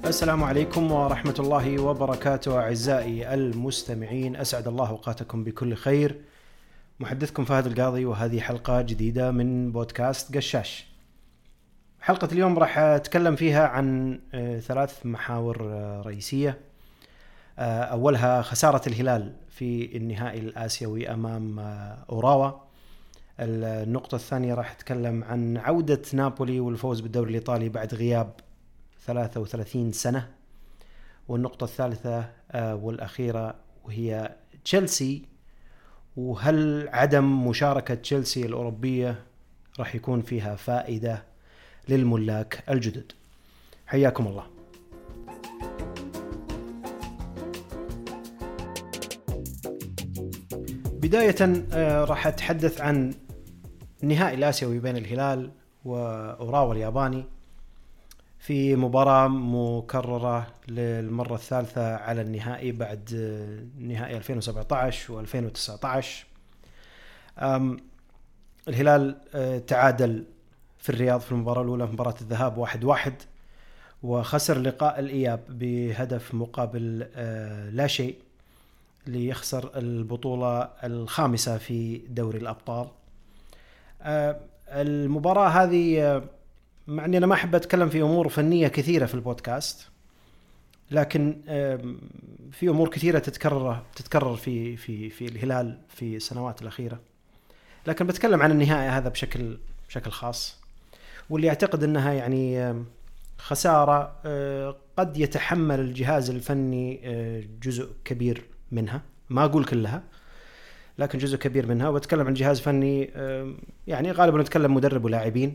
السلام عليكم ورحمة الله وبركاته أعزائي المستمعين، أسعد الله أوقاتكم بكل خير. محدثكم فهد القاضي، وهذه حلقة جديدة من بودكاست قشاش. حلقة اليوم راح أتكلم فيها عن 3 محاور رئيسية. أولها خسارة الهلال في النهائي الآسيوي أمام أوراوا. النقطة الثانية راح أتكلم عن عودة نابولي والفوز بالدوري الإيطالي بعد غياب 33 سنة. والنقطة الثالثة والأخيرة وهي تشيلسي، وهل عدم مشاركة تشيلسي الأوروبية راح يكون فيها فائدة للملاك الجدد. حياكم الله. بداية راح أتحدث عن النهائي الآسيوي بين الهلال وأوراوا الياباني في مباراة مكررة للمرة الثالثة على النهائي بعد نهائي 2017 و2019. الهلال تعادل في الرياض في المباراة الأولى في مباراة الذهاب 1-1، وخسر لقاء الإياب بهدف مقابل لا شيء ليخسر البطولة الخامسة في دوري الأبطال. المباراة هذه مع أني أنا ما أحب أتكلم في أمور فنية كثيرة في البودكاست، لكن في أمور كثيرة تتكرر في الهلال في السنوات الأخيرة، لكن بتكلم عن النهائي هذا بشكل خاص، واللي يعتقد أنها يعني خسارة قد يتحمل الجهاز الفني جزء كبير منها، ما أقول كلها لكن جزء كبير منها. وبتكلم عن جهاز فني يعني غالبا نتكلم مدرب ولاعبين.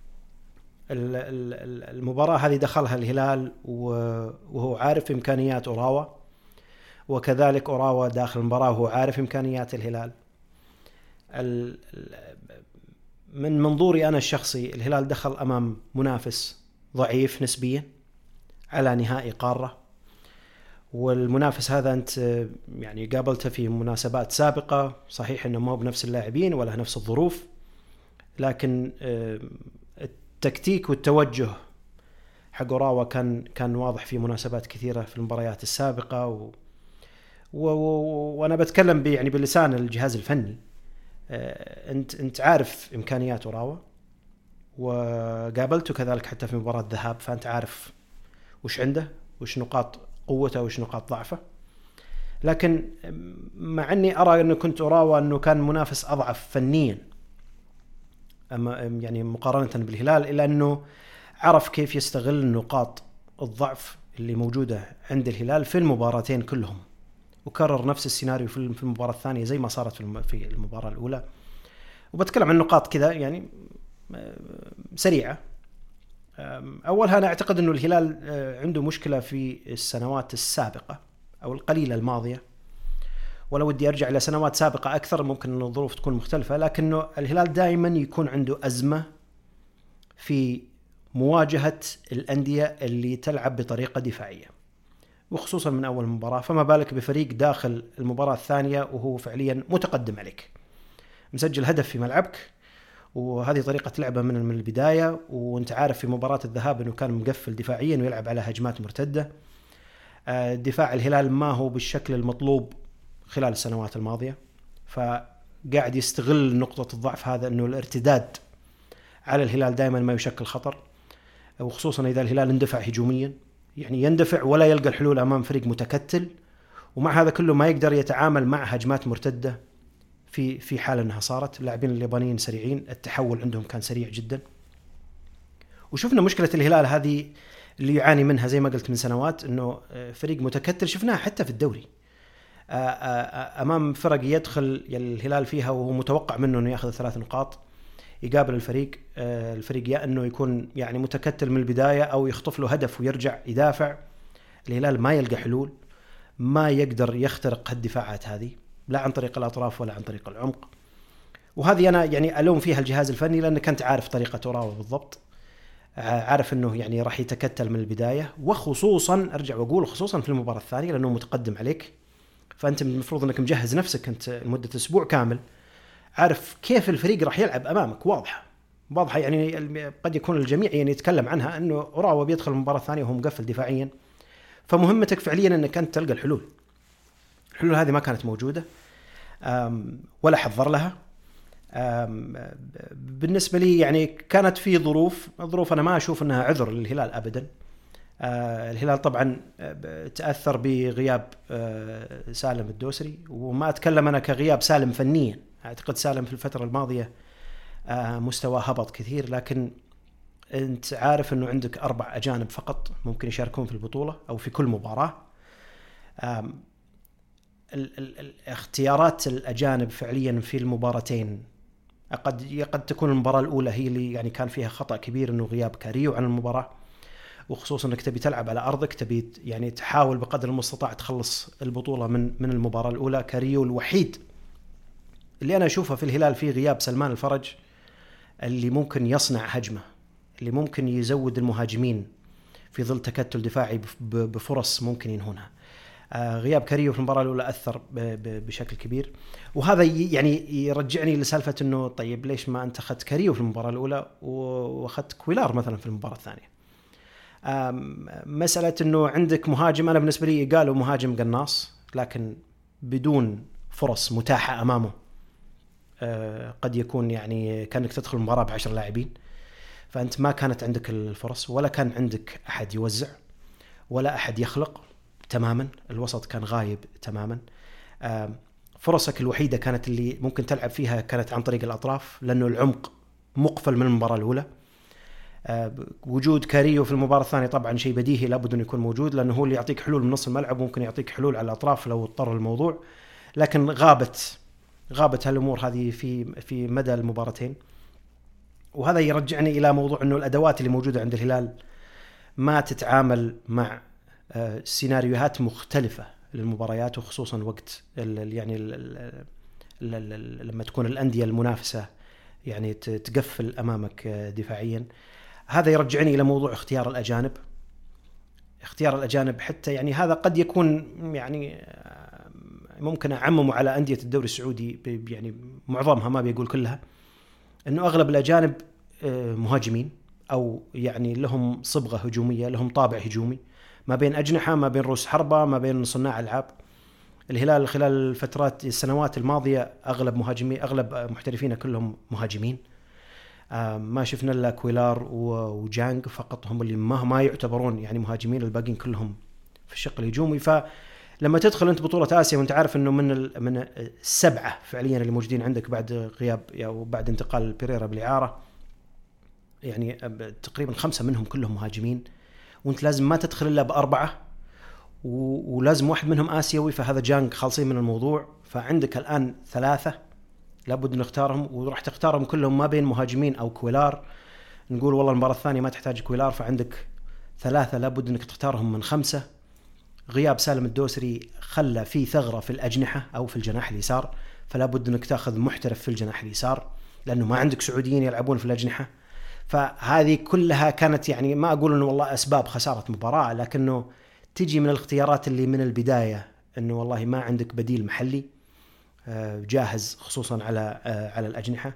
المباراة هذه دخلها الهلال وهو عارف إمكانيات أوراوا، وكذلك أوراوا داخل المباراة وهو عارف إمكانيات الهلال. من منظوري أنا الشخصي، الهلال دخل أمام منافس ضعيف نسبيا على نهائي قارة، والمنافس هذا أنت يعني قابلته في مناسبات سابقة، صحيح أنه ما هو بنفس اللاعبين ولا نفس الظروف، لكن التكتيك والتوجه حق أوراوا كان واضح في مناسبات كثيرة في المباريات السابقة. وأنا بتكلم يعني بلسان الجهاز الفني. أنت عارف إمكانيات أوراوا، وقابلته كذلك حتى في مباراة الذهاب، فأنت عارف وش عنده، وش نقاط قوته وش نقاط ضعفه. لكن مع أني أرى أنه كنت أوراوا أنه كان منافس أضعف فنيا يعني مقارنة بالهلال، إلا أنه عرف كيف يستغل نقاط الضعف اللي موجودة عند الهلال في المباراتين كلهم، وكرر نفس السيناريو في المباراة الثانية زي ما صارت في المباراة الأولى. وبتكلم عن نقاط كذا يعني سريعة. أولها أنا أعتقد أنه الهلال عنده مشكلة في السنوات السابقة أو القليلة الماضية، ولو ودي أرجع إلى سنوات سابقة أكثر ممكن أن الظروف تكون مختلفة، لكنه الهلال دائما يكون عنده أزمة في مواجهة الأندية اللي تلعب بطريقة دفاعية، وخصوصا من أول مباراة، فما بالك بفريق داخل المباراة الثانية وهو فعليا متقدم عليك، مسجل هدف في ملعبك، وهذه طريقة لعبه من البداية. وانت عارف في مباراة الذهاب أنه كان مقفل دفاعيا ويلعب على هجمات مرتدة. دفاع الهلال ما هو بالشكل المطلوب خلال السنوات الماضية، فقاعد يستغل نقطة الضعف هذا، أنه الارتداد على الهلال دائما ما يشكل خطر، وخصوصا إذا الهلال اندفع هجوميا، يعني يندفع ولا يلقى الحلول أمام فريق متكتل، ومع هذا كله ما يقدر يتعامل مع هجمات مرتدة في حال أنها صارت. اللاعبين اليابانيين سريعين، التحول عندهم كان سريع جدا، وشفنا مشكلة الهلال هذه اللي يعاني منها زي ما قلت من سنوات، أنه فريق متكتل شفناها حتى في الدوري أمام فرق يدخل الهلال فيها وهو متوقع منه أنه يأخذ 3 نقاط، يقابل الفريق يا أنه يكون يعني متكتل من البداية أو يخطف له هدف ويرجع يدافع. الهلال ما يلقى حلول، ما يقدر يخترق الدفاعات هذه لا عن طريق الأطراف ولا عن طريق العمق. وهذه أنا يعني ألوم فيها الجهاز الفني، لأنه كنت عارف طريقة أوراوا بالضبط، عارف أنه يعني راح يتكتل من البداية، وخصوصا أرجع وأقول خصوصا في المباراة الثانية لأنه متقدم عليك، فأنت المفروض أنك مجهز نفسك أنت لمدة أسبوع كامل، عارف كيف الفريق راح يلعب أمامك، واضحة واضحة، يعني قد يكون الجميع يعني يتكلم عنها أنه أوراوا بيدخل المباراة الثانية وهو مقفل دفاعيا. فمهمتك فعليا أنك أنت تلقى الحلول. الحلول هذه ما كانت موجودة ولا حضر لها. بالنسبة لي يعني كانت في ظروف أنا ما أشوف أنها عذر للهلال أبدا. الهلال طبعا تأثر بغياب سالم الدوسري، وما أتكلم أنا كغياب سالم فنيا، أعتقد سالم في الفترة الماضية مستوى هبط كثير، لكن أنت عارف أنه عندك 4 أجانب فقط ممكن يشاركون في البطولة أو في كل مباراة. اختيارات الأجانب فعليا في المباراتين قد تكون المباراة الأولى هي اللي يعني كان فيها خطأ كبير، أنه غياب كاريو عن المباراة، وخصوصا أنك تبي تلعب على أرضك، تبي يعني تحاول بقدر المستطاع تخلص البطولة من المباراة الأولى. كاريو الوحيد اللي أنا أشوفه في الهلال في غياب سلمان الفرج اللي ممكن يصنع هجمة، اللي ممكن يزود المهاجمين في ظل تكتل دفاعي بفرص ممكن ينهونها. غياب كاريو في المباراة الأولى أثر بشكل كبير، وهذا يعني يرجعني لسالفة أنه طيب ليش ما أنت أخذت كاريو في المباراة الأولى وأخذت كويلار مثلا في المباراة الثانية؟ مسألة أنه عندك مهاجم، أنا بالنسبة لي قالوا مهاجم قناص لكن بدون فرص متاحة أمامه. قد يكون يعني كأنك تدخل المباراة ب10 لاعبين، فأنت ما كانت عندك الفرص، ولا كان عندك أحد يوزع ولا أحد يخلق تماما. الوسط كان غايب تماما. فرصك الوحيدة كانت اللي ممكن تلعب فيها كانت عن طريق الأطراف، لأنه العمق مقفل من المباراة الأولى. وجود كاريو في المباراة الثانية طبعا شيء بديهي، لابد أن يكون موجود، لأنه هو اللي يعطيك حلول من نص الملعب، ممكن يعطيك حلول على الأطراف لو اضطر الموضوع. لكن غابت هالأمور هذه في مدى المباراتين. وهذا يرجعني إلى موضوع أنه الأدوات اللي موجودة عند الهلال ما تتعامل مع سيناريوهات مختلفة للمباريات، وخصوصا وقت يعني لما تكون الأندية المنافسة يعني تقفل أمامك دفاعيا. هذا يرجعني إلى موضوع اختيار الأجانب حتى يعني هذا قد يكون يعني ممكن أعممه على أندية الدوري السعودي، يعني معظمها ما بيقول كلها، أنه أغلب الأجانب مهاجمين أو يعني لهم صبغة هجومية، لهم طابع هجومي، ما بين أجنحة، ما بين رؤوس حربة، ما بين صناع ألعاب. الهلال خلال السنوات الماضية أغلب محترفين كلهم مهاجمين. ما شفنا إلا كويلار وجانج فقط هم اللي ما يعتبرون يعني مهاجمين، الباقين كلهم في الشق الهجومي. فلما تدخل أنت بطولة آسيا وأنت عارف أنه من 7 فعليا اللي موجودين عندك بعد غياب أو بعد انتقال بيريرا بالإعارة، يعني تقريبا 5 منهم كلهم مهاجمين، وأنت لازم ما تدخل إلا ب4 ولازم واحد منهم آسيوي، فهذا جانج خالصين من الموضوع. فعندك الآن 3 لابد نختارهم، وراح تختارهم كلهم ما بين مهاجمين أو كويلار. نقول والله المباراة الثانية ما تحتاج كويلار، فعندك 3 لابد أنك تختارهم من 5. غياب سالم الدوسري خلى في ثغرة في الأجنحة أو في الجناح اليسار، فلا بد أنك تأخذ محترف في الجناح اليسار، لأنه ما عندك سعوديين يلعبون في الأجنحة. فهذه كلها كانت يعني ما أقول أنه والله أسباب خسارة مباراة، لكنه تجي من الاختيارات اللي من البداية أنه والله ما عندك بديل محلي جاهز، خصوصا على الأجنحة.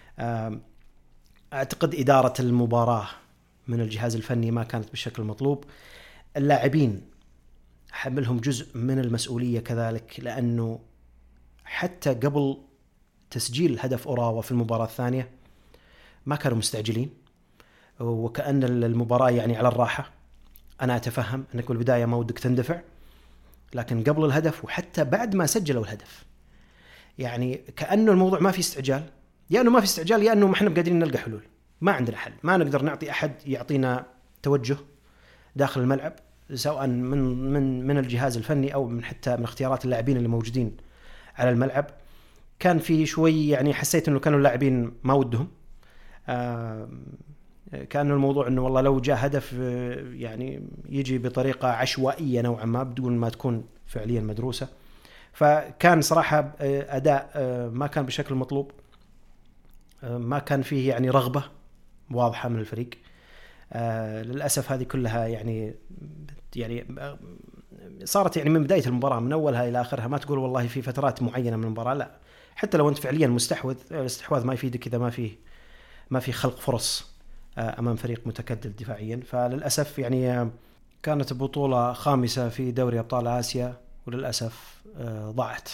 أعتقد إدارة المباراة من الجهاز الفني ما كانت بالشكل المطلوب. اللاعبين حملهم جزء من المسؤولية كذلك، لأنه حتى قبل تسجيل هدف أوراوا في المباراة الثانية ما كانوا مستعجلين، وكأن المباراة يعني على الراحة. أنا أتفهم أنك بالبداية ما ودك تندفع، لكن قبل الهدف وحتى بعد ما سجلوا الهدف يعني كأنه الموضوع ما في استعجال، يا أنه ما في استعجال يا أنه ما احنا قادرين نلقى حلول، ما عندنا حل، ما نقدر نعطي أحد يعطينا توجه داخل الملعب، سواء من الجهاز الفني أو من حتى من اختيارات اللاعبين اللي موجودين على الملعب. كان في شوي يعني حسيت أنه كانوا اللاعبين ما ودهم، كان الموضوع أنه والله لو جاء هدف يعني يجي بطريقة عشوائية نوعا ما بدون ما تكون فعليا مدروسة. فكان صراحة أداء ما كان بشكل المطلوب، ما كان فيه يعني رغبة واضحة من الفريق. للأسف هذه كلها يعني صارت يعني من بداية المباراة من أولها إلى آخرها. ما تقول والله في فترات معينة من المباراة، لا، حتى لو أنت فعليا مستحوذ، الاستحواذ ما يفيدك إذا ما فيه ما في خلق فرص امام فريق متكدل دفاعيا. فللاسف يعني كانت بطولة خامسة في دوري ابطال اسيا وللاسف ضاعت.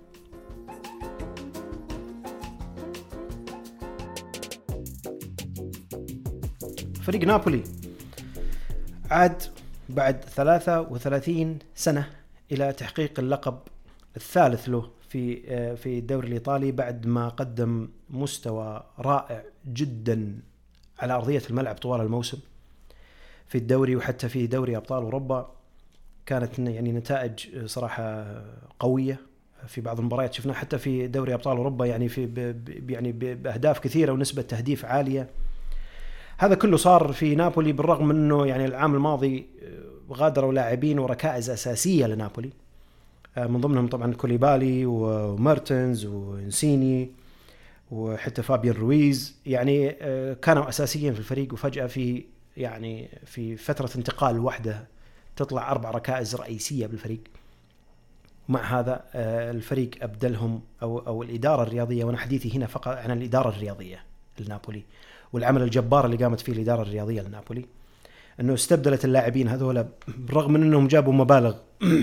فريق نابولي عاد بعد 33 سنة إلى تحقيق اللقب الثالث له في الدوري الإيطالي، بعد ما قدم مستوى رائع جدا على أرضية الملعب طوال الموسم في الدوري وحتى في دوري أبطال أوروبا. كانت يعني نتائج صراحة قوية في بعض المباريات شفناها حتى في دوري أبطال أوروبا، يعني يعني بأهداف كثيرة ونسبة تهديف عالية. هذا كله صار في نابولي بالرغم أنه يعني العام الماضي غادروا لاعبين وركائز أساسية لنابولي، من ضمنهم طبعا كوليبالي ومارتنز وإنسيني وحتى فابيان رويز، يعني كانوا أساسيين في الفريق، وفجأة في فترة انتقال واحدة تطلع 4 ركائز رئيسية بالفريق. مع هذا الفريق أبدلهم أو الإدارة الرياضية، وأنا حديثي هنا فقط عن الإدارة الرياضية لنابولي والعمل الجبار اللي قامت فيه الإدارة الرياضية لنابولي، أنه استبدلت اللاعبين هذولا بالرغم من أنهم جابوا مبالغ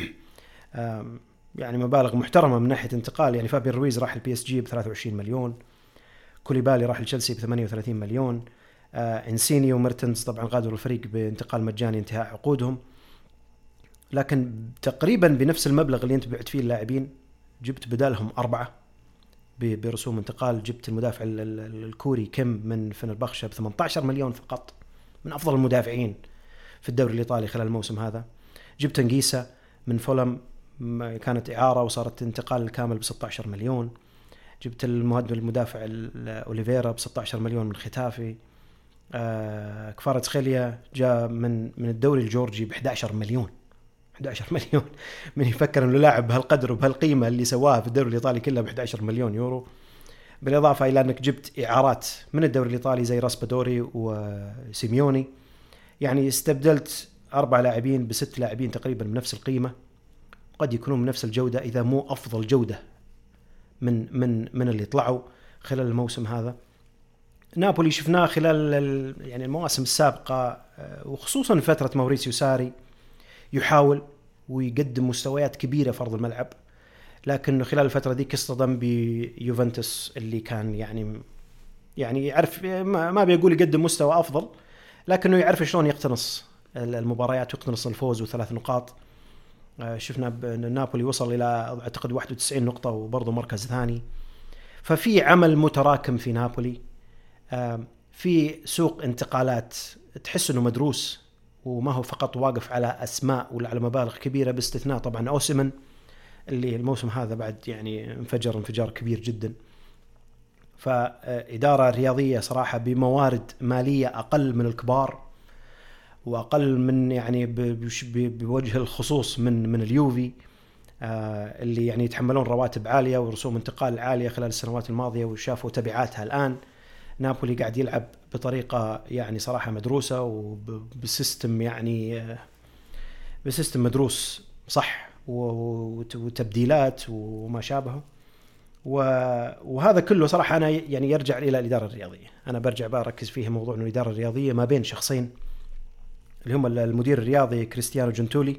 يعني مبالغ محترمة من ناحية انتقال. يعني فابيان رويز راح البي اس جي ب23 مليون، كوليبالي راح لتشيلسي ب38 مليون، إنسيني ومرتنز طبعا غادروا الفريق بانتقال مجاني انتهاء عقودهم. لكن تقريبا بنفس المبلغ اللي انت بعت فيه اللاعبين جبت بدالهم 4 برسوم انتقال. جبت المدافع الكوري كيم من فنربخشة ب18 مليون فقط، من أفضل المدافعين في الدوري الإيطالي خلال الموسم هذا. جبت نجيسا من فولم، كانت إعارة وصارت انتقال الكامل ب16 مليون. جبت المدافع أوليفيرا ب16 مليون من ختافي. كفاراتسخيليا جاء من الدوري الجورجي ب11 مليون. 11 مليون من يفكر انه لاعب بهالقدر وبهالقيمه اللي سواها في الدوري الايطالي كله ب11 مليون يورو. بالاضافه الى انك جبت اعارات من الدوري الايطالي زي راسبادوري وسيميوني، يعني استبدلت 4 لاعبين ب6 لاعبين تقريبا بنفس القيمه، قد يكونوا من نفس الجوده اذا مو افضل جوده من اللي طلعوا خلال الموسم هذا. نابولي شفناه خلال يعني المواسم السابقه وخصوصا في فتره موريسيو ساري يحاول ويقدم مستويات كبيرة في أرض الملعب، لكنه خلال الفترة دي اصطدم بيوفنتوس اللي كان يعني يعرف ما بيقول يقدم مستوى أفضل، لكنه يعرف شلون يقتنص المباريات ويقتنص الفوز و3 نقاط. شفنا نابولي وصل إلى أعتقد 91 نقطة وبرضه مركز ثاني. ففي عمل متراكم في نابولي، في سوق انتقالات تحس إنه مدروس وما هو فقط واقف على أسماء ولا على مبالغ كبيرة، باستثناء طبعا أوسيمن اللي الموسم هذا بعد يعني انفجار كبير جدا. فإدارة رياضية صراحة بموارد مالية أقل من الكبار وأقل من يعني بوجه الخصوص من اليوفي اللي يعني يتحملون رواتب عالية ورسوم انتقال عالية خلال السنوات الماضية وشافوا تبعاتها الآن. نابولي قاعد يلعب بطريقة يعني صراحة مدروسة وبسيستم يعني بسيستم مدروس صح وتبديلات وما شابهه. وهذا كله صراحة أنا يعني يرجع إلى الإدارة الرياضية. أنا برجع بركز فيها موضوع إنه الإدارة الرياضية ما بين شخصين اللي هم المدير الرياضي كريستيانو جنتولي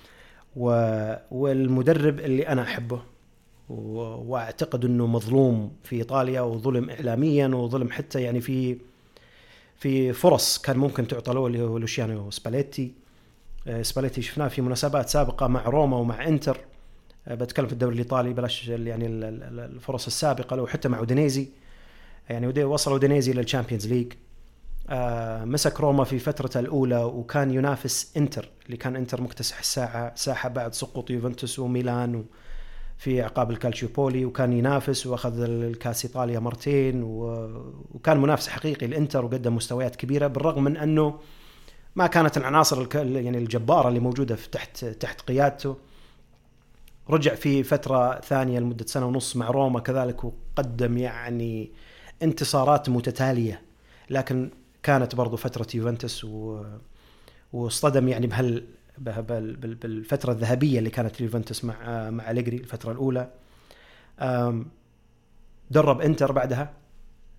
والمدرب اللي أنا أحبه واعتقد انه مظلوم في ايطاليا وظلم اعلاميا وظلم حتى يعني في فرص كان ممكن تعطى له لوشيانو سباليتي. شفناه في مناسبات سابقه مع روما ومع انتر، بتكلم في الدوري الايطالي بلاش يعني الفرص السابقه له، حتى مع اودينيزي يعني وصل اودينيزي للشامبيونز ليج. مسك روما في فترته الاولى وكان ينافس انتر اللي كان انتر مكتسح الساحه بعد سقوط يوفنتوس وميلان في عقاب الكالشيوبولي، وكان ينافس واخذ الكاس ايطاليا مرتين وكان منافس حقيقي للانتر وقدم مستويات كبيره بالرغم من انه ما كانت العناصر يعني الجباره اللي موجوده في تحت قيادته. رجع في فتره ثانيه لمده سنه ونص مع روما كذلك وقدم يعني انتصارات متتاليه، لكن كانت برضو فتره يوفنتوس واصطدم يعني بالفترة الذهبية اللي كانت يوفنتوس مع أليجري الفترة الأولى. درب إنتر بعدها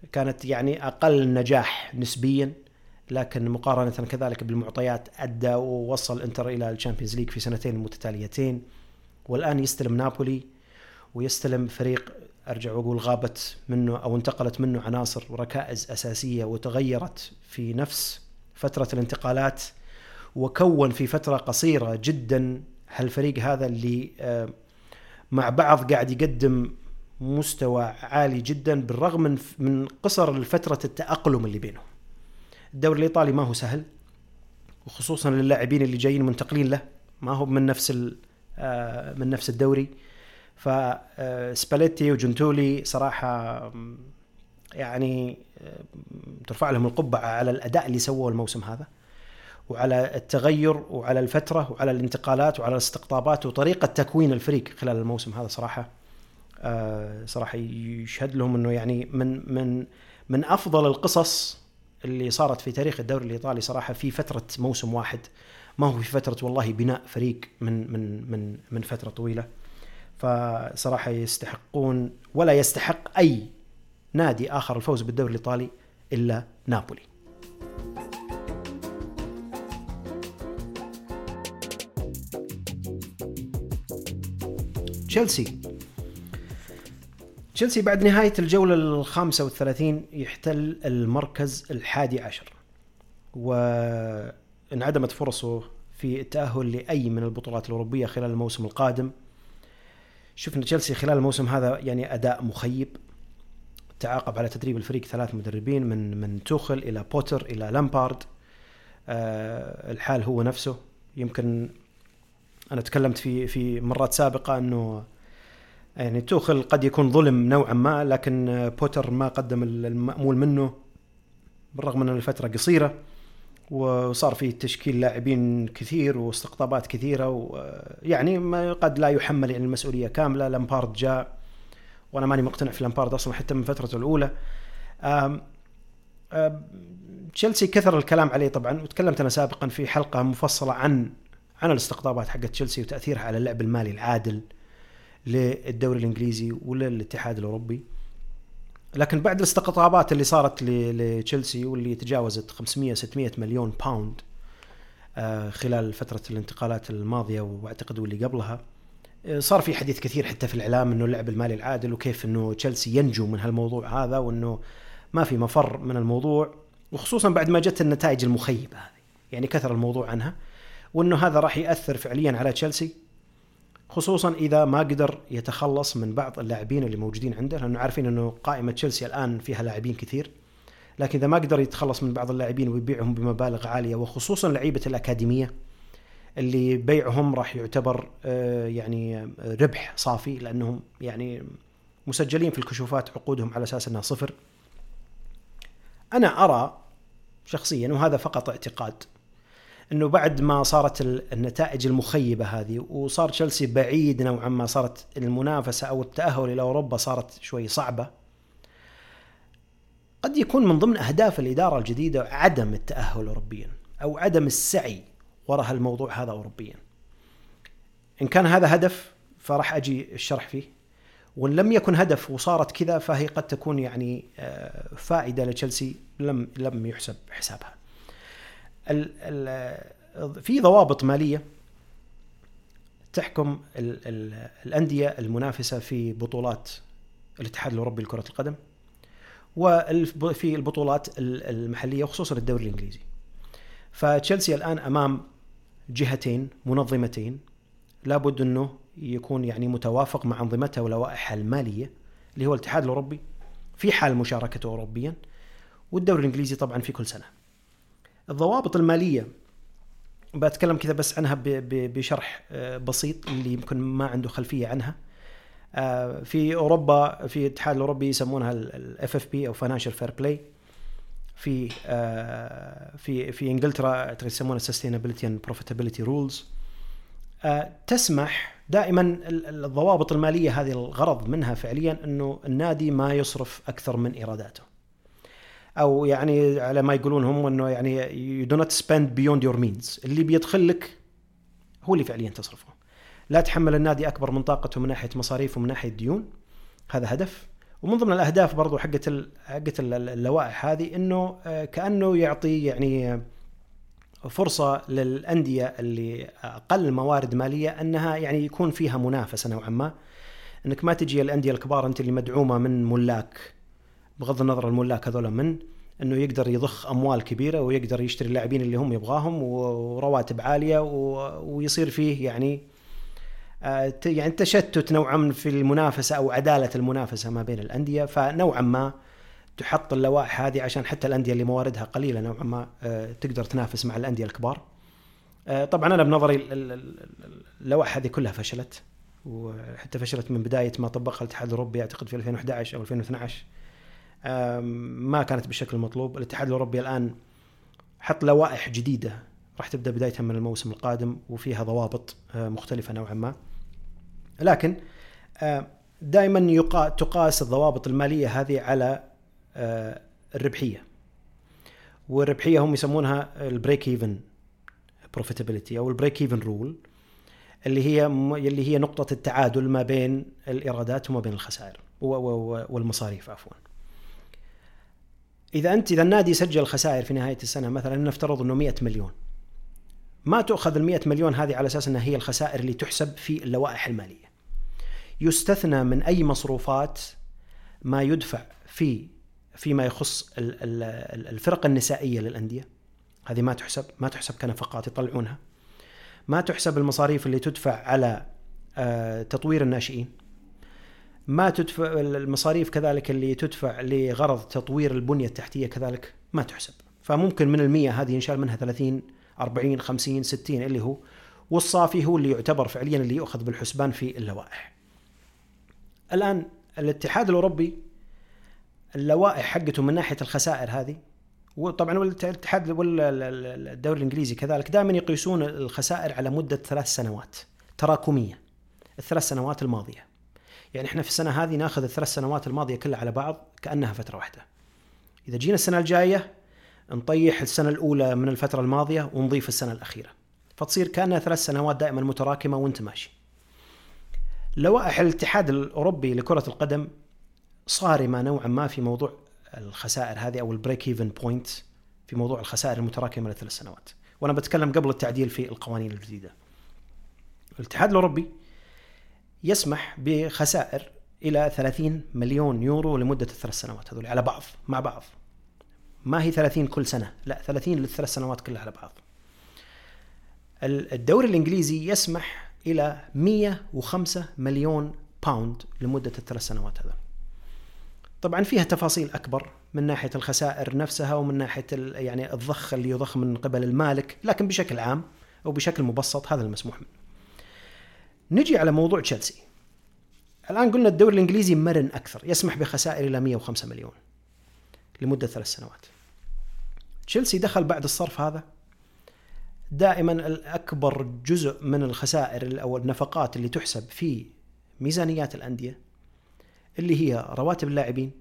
كانت يعني أقل نجاح نسبيا، لكن مقارنة كذلك بالمعطيات أدى ووصل إنتر إلى الشامبيونز ليج في سنتين متتاليتين، والآن يستلم نابولي ويستلم فريق أرجع وأقول غابت منه أو انتقلت منه عناصر وركائز أساسية وتغيرت في نفس فترة الانتقالات، وكون في فترة قصيرة جدا هالفريق هذا اللي مع بعض قاعد يقدم مستوى عالي جدا بالرغم من قصر فترة التأقلم اللي بينهم. الدوري الإيطالي ما هو سهل، وخصوصا للاعبين اللي جايين منتقلين له، ما هو من نفس الدوري. فسباليتي وجنتولي صراحة يعني ترفع لهم القبعة على الأداء اللي سووه الموسم هذا، وعلى التغير وعلى الفترة وعلى الانتقالات وعلى الاستقطابات وطريقة تكوين الفريق خلال الموسم هذا. صراحة يشهد لهم أنه يعني من أفضل القصص اللي صارت في تاريخ الدوري الإيطالي صراحة، في فترة موسم واحد، ما هو في فترة والله بناء فريق من فترة طويلة. فصراحة يستحقون، ولا يستحق أي نادي آخر الفوز بالدوري الإيطالي إلا نابولي. تشيلسي بعد نهاية الجولة 35 يحتل المركز 11، وانعدمت فرصه في التأهل لأي من البطولات الأوروبية خلال الموسم القادم. شفنا تشيلسي خلال الموسم هذا يعني أداء مخيب، تعاقب على تدريب الفريق 3 مدربين من توخل إلى بوتر إلى لامبارد. الحال هو نفسه. يمكن أنا تكلمت في مرات سابقة أنه يعني توخل قد يكون ظلم نوعا ما، لكن بوتر ما قدم المأمول منه بالرغم من الفترة قصيرة، وصار فيه تشكيل لاعبين كثير واستقطابات كثيرة، ويعني ما قد لا يحمل يعني المسؤولية كاملة. لامبارد جاء وأنا ماني مقتنع في لامبارد أصلا حتى من فترته الأولى. تشيلسي كثر الكلام عليه طبعا، وتكلمت أنا سابقا في حلقة مفصلة عن الاستقطابات حقت تشيلسي وتأثيرها على اللعب المالي العادل للدوري الإنجليزي وللاتحاد الأوروبي. لكن بعد الاستقطابات اللي صارت لتشيلسي واللي تجاوزت 500-600 مليون باوند خلال فترة الانتقالات الماضية واعتقد واللي قبلها، صار في حديث كثير حتى في الإعلام إنه اللعب المالي العادل وكيف إنه تشيلسي ينجو من هالموضوع هذا، وإنه ما في مفر من الموضوع، وخصوصا بعد ما جت النتائج المخيبة هذه، يعني كثر الموضوع عنها، وإنه هذا راح يأثر فعليا على تشيلسي، خصوصا إذا ما قدر يتخلص من بعض اللاعبين اللي موجودين عنده، لأنه عارفين أنه قائمة تشيلسي الآن فيها لاعبين كثير، لكن إذا ما قدر يتخلص من بعض اللاعبين ويبيعهم بمبالغ عالية، وخصوصا لعيبة الأكاديمية اللي بيعهم راح يعتبر يعني ربح صافي، لأنهم يعني مسجلين في الكشوفات عقودهم على أساس أنها 0. أنا أرى شخصيا، وهذا فقط اعتقاد، انه بعد ما صارت النتائج المخيبه هذه وصار تشيلسي بعيد نوعا ما، صارت المنافسه او التاهل الى اوروبا صارت شوي صعبه، قد يكون من ضمن اهداف الاداره الجديده عدم التاهل اوروبيا او عدم السعي وراء الموضوع هذا اوروبيا. ان كان هذا هدف فراح اجي الشرح فيه، وان لم يكن هدف وصارت كذا فهي قد تكون يعني فائده لتشيلسي لم يحسب حسابها. في ضوابط مالية تحكم الأندية المنافسة في بطولات الاتحاد الأوروبي لكرة القدم وفي البطولات المحلية وخصوصا الدوري الإنجليزي. فتشيلسي الآن أمام جهتين منظمتين لابد أنه يكون يعني متوافق مع أنظمتها ولوائحها المالية، اللي هو الاتحاد الأوروبي في حال مشاركته أوروبيا، والدوري الإنجليزي طبعا في كل سنة. الضوابط المالية بتكلم كذا بس عنها بشرح بسيط اللي يمكن ما عنده خلفية عنها. في أوروبا في الاتحاد الأوروبي يسمونها ال FFP أو Financial Fair Play. في إنجلترا يسمونها Sustainability and Profitability Rules. تسمح دائما الضوابط المالية هذه الغرض منها فعليا أنه النادي ما يصرف أكثر من إيراداته، أو يعني على ما يقولون هم أنه يعني you do not spend beyond your means، اللي بيدخل لك هو اللي فعليا تصرفه. لا تحمل النادي أكبر من طاقته من ناحية مصاريف ومن ناحية ديون، هذا هدف. ومن ضمن الأهداف برضو حقت اللوائح هذه إنه كأنه يعطي يعني فرصة للأندية اللي أقل موارد مالية أنها يعني يكون فيها منافسة نوعا ما، أنك ما تجي الأندية الكبار أنت اللي مدعومة من ملاك، بغض النظر الملاك هذولا من أنه يقدر يضخ أموال كبيرة ويقدر يشتري اللاعبين اللي هم يبغاهم ورواتب عالية ويصير فيه يعني تشتت نوعا في المنافسة أو عدالة المنافسة ما بين الأندية. فنوعا ما تحط اللوائح هذه عشان حتى الأندية اللي مواردها قليلة نوعا ما تقدر تنافس مع الأندية الكبار. طبعا أنا بنظري اللوائح هذه كلها فشلت، وحتى فشلت من بداية ما طبقها الاتحاد الأوروبي أعتقد في 2011 أو 2012، ما كانت بالشكل المطلوب. الاتحاد الأوروبي الآن حط لوائح جديدة راح تبدأ بداية من الموسم القادم وفيها ضوابط مختلفة نوعا ما، لكن دائما تقاس الضوابط المالية هذه على الربحية، والربحية هم يسمونها البريك ايفن بروفيتابيلتي أو البريك ايفن رول، اللي هي نقطة التعادل ما بين الإيرادات وما بين الخسائر والمصاريف عفوا. إذا النادي سجل خسائر في نهاية السنة مثلا نفترض أنه 100 مليون، ما تأخذ 100 مليون هذه على أساس أنها هي الخسائر اللي تحسب في اللوائح المالية، يستثنى من أي مصروفات ما يدفع فيما يخص الفرق النسائية للأندية، هذه ما تحسب كنفقات يطلعونها، ما تحسب المصاريف اللي تدفع على تطوير الناشئين، ما تدفع المصاريف كذلك اللي تدفع لغرض تطوير البنية التحتية كذلك ما تحسب. فممكن من 100 هذه ينشال منها 30 40 50 60 اللي هو، والصافي هو اللي يعتبر فعليا اللي يؤخذ بالحسبان في اللوائح. الآن الاتحاد الأوروبي اللوائح حقته من ناحية الخسائر هذه، وطبعا الاتحاد والدوري الإنجليزي كذلك دائما يقيسون الخسائر على مدة 3 سنوات تراكمية، الثلاث سنوات الماضية. يعني احنا في السنة هذه ناخذ ال3 سنوات الماضية كلها على بعض كأنها فترة واحدة. إذا جينا السنة الجاية نطيح السنة الأولى من الفترة الماضية ونضيف السنة الأخيرة، فتصير كأنها 3 سنوات دائما متراكمة وانت ماشي. لوائح الاتحاد الأوروبي لكرة القدم صارمة نوعا ما في موضوع الخسائر هذه أو البريك ايفن بوينت، في موضوع الخسائر المتراكمة ل3 سنوات. وأنا بتكلم قبل التعديل في القوانين الجديدة. الاتحاد الأوروبي يسمح بخسائر إلى 30 مليون يورو لمدة ال3 سنوات هذول على بعض مع بعض، ما هي 30 كل سنة، لا 30 لل3 سنوات كلها على بعض. الدوري الإنجليزي يسمح إلى 105 مليون باوند لمدة ال3 سنوات هذول. طبعا فيها تفاصيل أكبر من ناحية الخسائر نفسها ومن ناحية يعني الضخ اللي يضخ من قبل المالك، لكن بشكل عام أو بشكل مبسط هذا المسموح منه. نجي على موضوع تشيلسي. الآن قلنا الدوري الإنجليزي مرن أكثر، يسمح بخسائر إلى 105 مليون لمدة 3 سنوات. تشيلسي دخل بعد الصرف هذا دائما الأكبر جزء من الخسائر أو النفقات اللي تحسب في ميزانيات الأندية اللي هي رواتب اللاعبين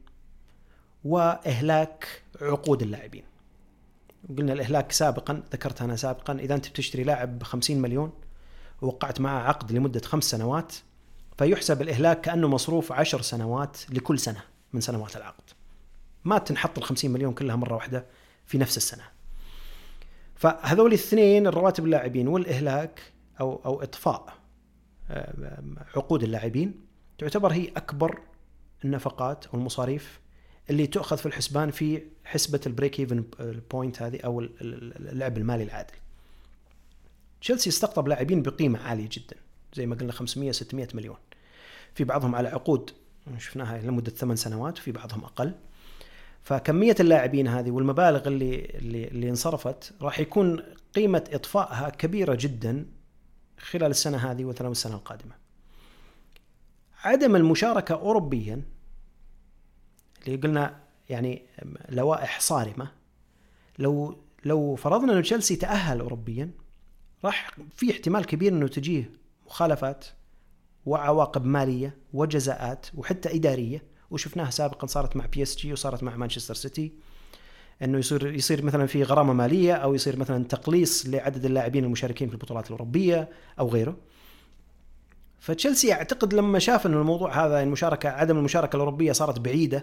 وإهلاك عقود اللاعبين. قلنا الإهلاك سابقا، ذكرت أنا سابقا، إذا أنت بتشتري لاعب ب50 مليون ووقعت معه عقد لمدة 5 سنوات فيحسب الإهلاك كأنه مصروف 10 سنوات لكل سنة من سنوات العقد، ما تنحط ال50 مليون كلها مرة واحدة في نفس السنة. فهذول الاثنين، الرواتب اللاعبين والإهلاك أو إطفاء عقود اللاعبين، تعتبر هي أكبر النفقات والمصاريف اللي تؤخذ في الحسبان في حسبة البريك ايفن بوينت هذه أو اللعب المالي العادل. تشيلسي استقطب لاعبين بقيمة عالية جدا زي ما قلنا 500-600 مليون، في بعضهم على عقود شفناها لمدة 8 سنوات وفي بعضهم أقل. فكمية اللاعبين هذه والمبالغ اللي انصرفت راح يكون قيمة إطفائها كبيرة جدا خلال السنة هذه وثلاث السنة القادمة. عدم المشاركة أوروبيا اللي قلنا يعني لوائح صارمة، لو فرضنا أن تشيلسي تأهل أوروبيا راح في احتمال كبير أنه تجيه مخالفات وعواقب مالية وجزاءات وحتى إدارية، وشفناها سابقا صارت مع PSG وصارت مع مانشستر سيتي، أنه يصير مثلا في غرامة مالية أو يصير مثلا تقليص لعدد اللاعبين المشاركين في البطولات الأوروبية أو غيره. فتشيلسي اعتقد لما شاف ان الموضوع هذا عدم المشاركه الاوروبيه صارت بعيده،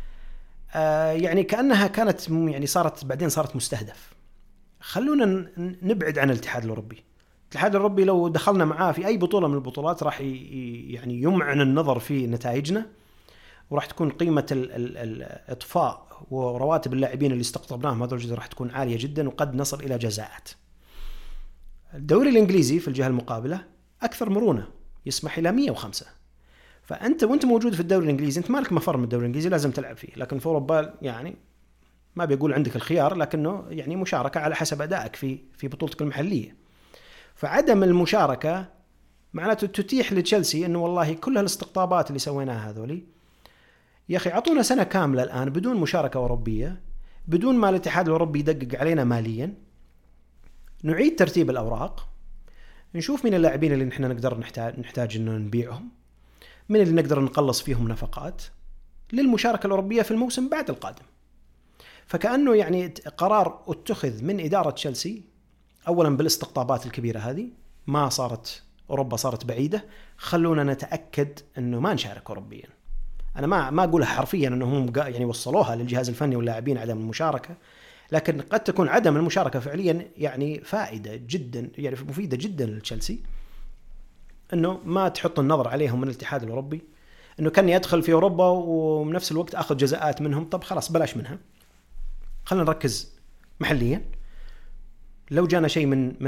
يعني كانها كانت يعني بعدين صارت مستهدف. خلونا نبعد عن الاتحاد الاوروبي. الاتحاد الاوروبي لو دخلنا معاه في اي بطوله من البطولات راح يعني يمعن النظر في نتائجنا، وراح تكون قيمه الاطفاء ورواتب اللاعبين اللي استقطبناهم هذول راح تكون عاليه جدا، وقد نصل الى جزاءات. الدوري الانجليزي في الجهه المقابله اكثر مرونه، يسمح الى 105. فانت وانت موجود في الدوري الانجليزي انت مالك مفر من الدوري الانجليزي، لازم تلعب فيه. لكن في اوروبا يعني ما بيقول عندك الخيار، لكنه يعني مشاركه على حسب ادائك في بطولتك المحليه. فعدم المشاركه معناته تتيح لتشيلسي انه والله كل هالاستقطابات اللي سويناها هذولي يا اخي اعطونا سنه كامله الان بدون مشاركه اوروبيه، بدون ما الاتحاد الاوروبي يدقق علينا ماليا، نعيد ترتيب الاوراق، نشوف من اللاعبين اللي نحن نقدر نحتاج انه نبيعهم، من اللي نقدر نقلص فيهم نفقات للمشاركه الاوروبيه في الموسم بعد القادم. فكأنه يعني قرار اتخذ من إدارة تشيلسي أولا بالاستقطابات الكبيرة هذه، ما صارت أوروبا صارت بعيدة، خلونا نتأكد أنه ما نشارك أوروبيا. أنا ما أقولها حرفيا أنهم يعني وصلوها للجهاز الفني واللاعبين عدم المشاركة، لكن قد تكون عدم المشاركة فعليا يعني فائدة جدا، يعني مفيدة جدا لتشيلسي، أنه ما تحط النظر عليهم من الاتحاد الأوروبي أنه كان يدخل في أوروبا وبنفس الوقت أخذ جزاءات منهم. طب خلاص بلاش منها، خلينا نركز محليا. لو جانا شيء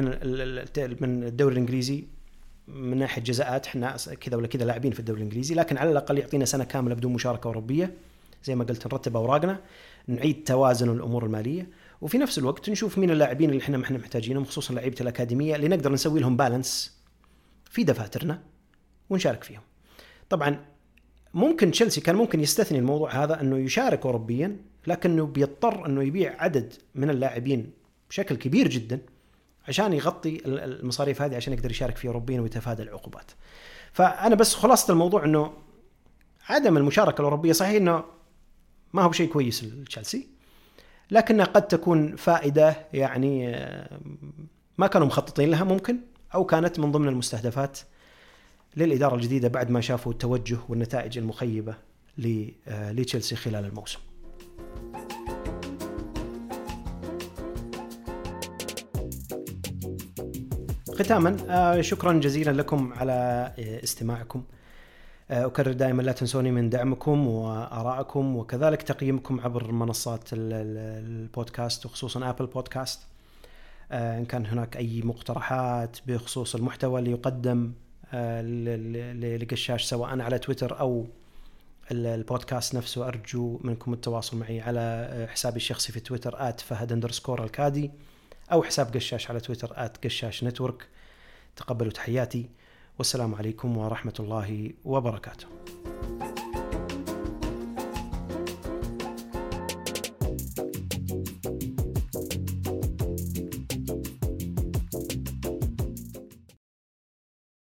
من الدوري الانجليزي من ناحيه جزاءات، احنا كذا ولا كذا لاعبين في الدوري الانجليزي، لكن على الاقل يعطينا سنه كامله بدون مشاركه اوروبيه، زي ما قلت نرتب اوراقنا، نعيد توازن الامور الماليه، وفي نفس الوقت نشوف مين اللاعبين اللي احنا محتاجينهم، خصوصا لعيبه الاكاديميه اللي نقدر نسوي لهم بالانس في دفاترنا ونشارك فيهم. طبعا ممكن تشيلسي كان ممكن يستثني الموضوع هذا انه يشارك اوروبيا، لكنه بيضطر انه يبيع عدد من اللاعبين بشكل كبير جدا عشان يغطي المصاريف هذه، عشان يقدر يشارك في اوروبيا ويتفادى العقوبات. فانا بس خلاصه الموضوع انه عدم المشاركه الاوروبيه صحيح انه ما هو شيء كويس لتشيلسي، لكنها قد تكون فائده يعني ما كانوا مخططين لها ممكن، او كانت من ضمن المستهدفات للإدارة الجديدة بعد ما شافوا التوجه والنتائج المخيبة لتشيلسي خلال الموسم. ختاما شكرا جزيلا لكم على استماعكم. أكرر دائما لا تنسوني من دعمكم وآرائكم، وكذلك تقييمكم عبر منصات البودكاست وخصوصا أبل بودكاست. إن كان هناك أي مقترحات بخصوص المحتوى اللي يقدم لقشاش سواء على تويتر أو البودكاست نفسه، أرجو منكم التواصل معي على حسابي الشخصي في تويتر @fahad_الكادي، أو حساب قشاش على تويتر @قشاش نتورك. تقبلوا تحياتي، والسلام عليكم ورحمة الله وبركاته.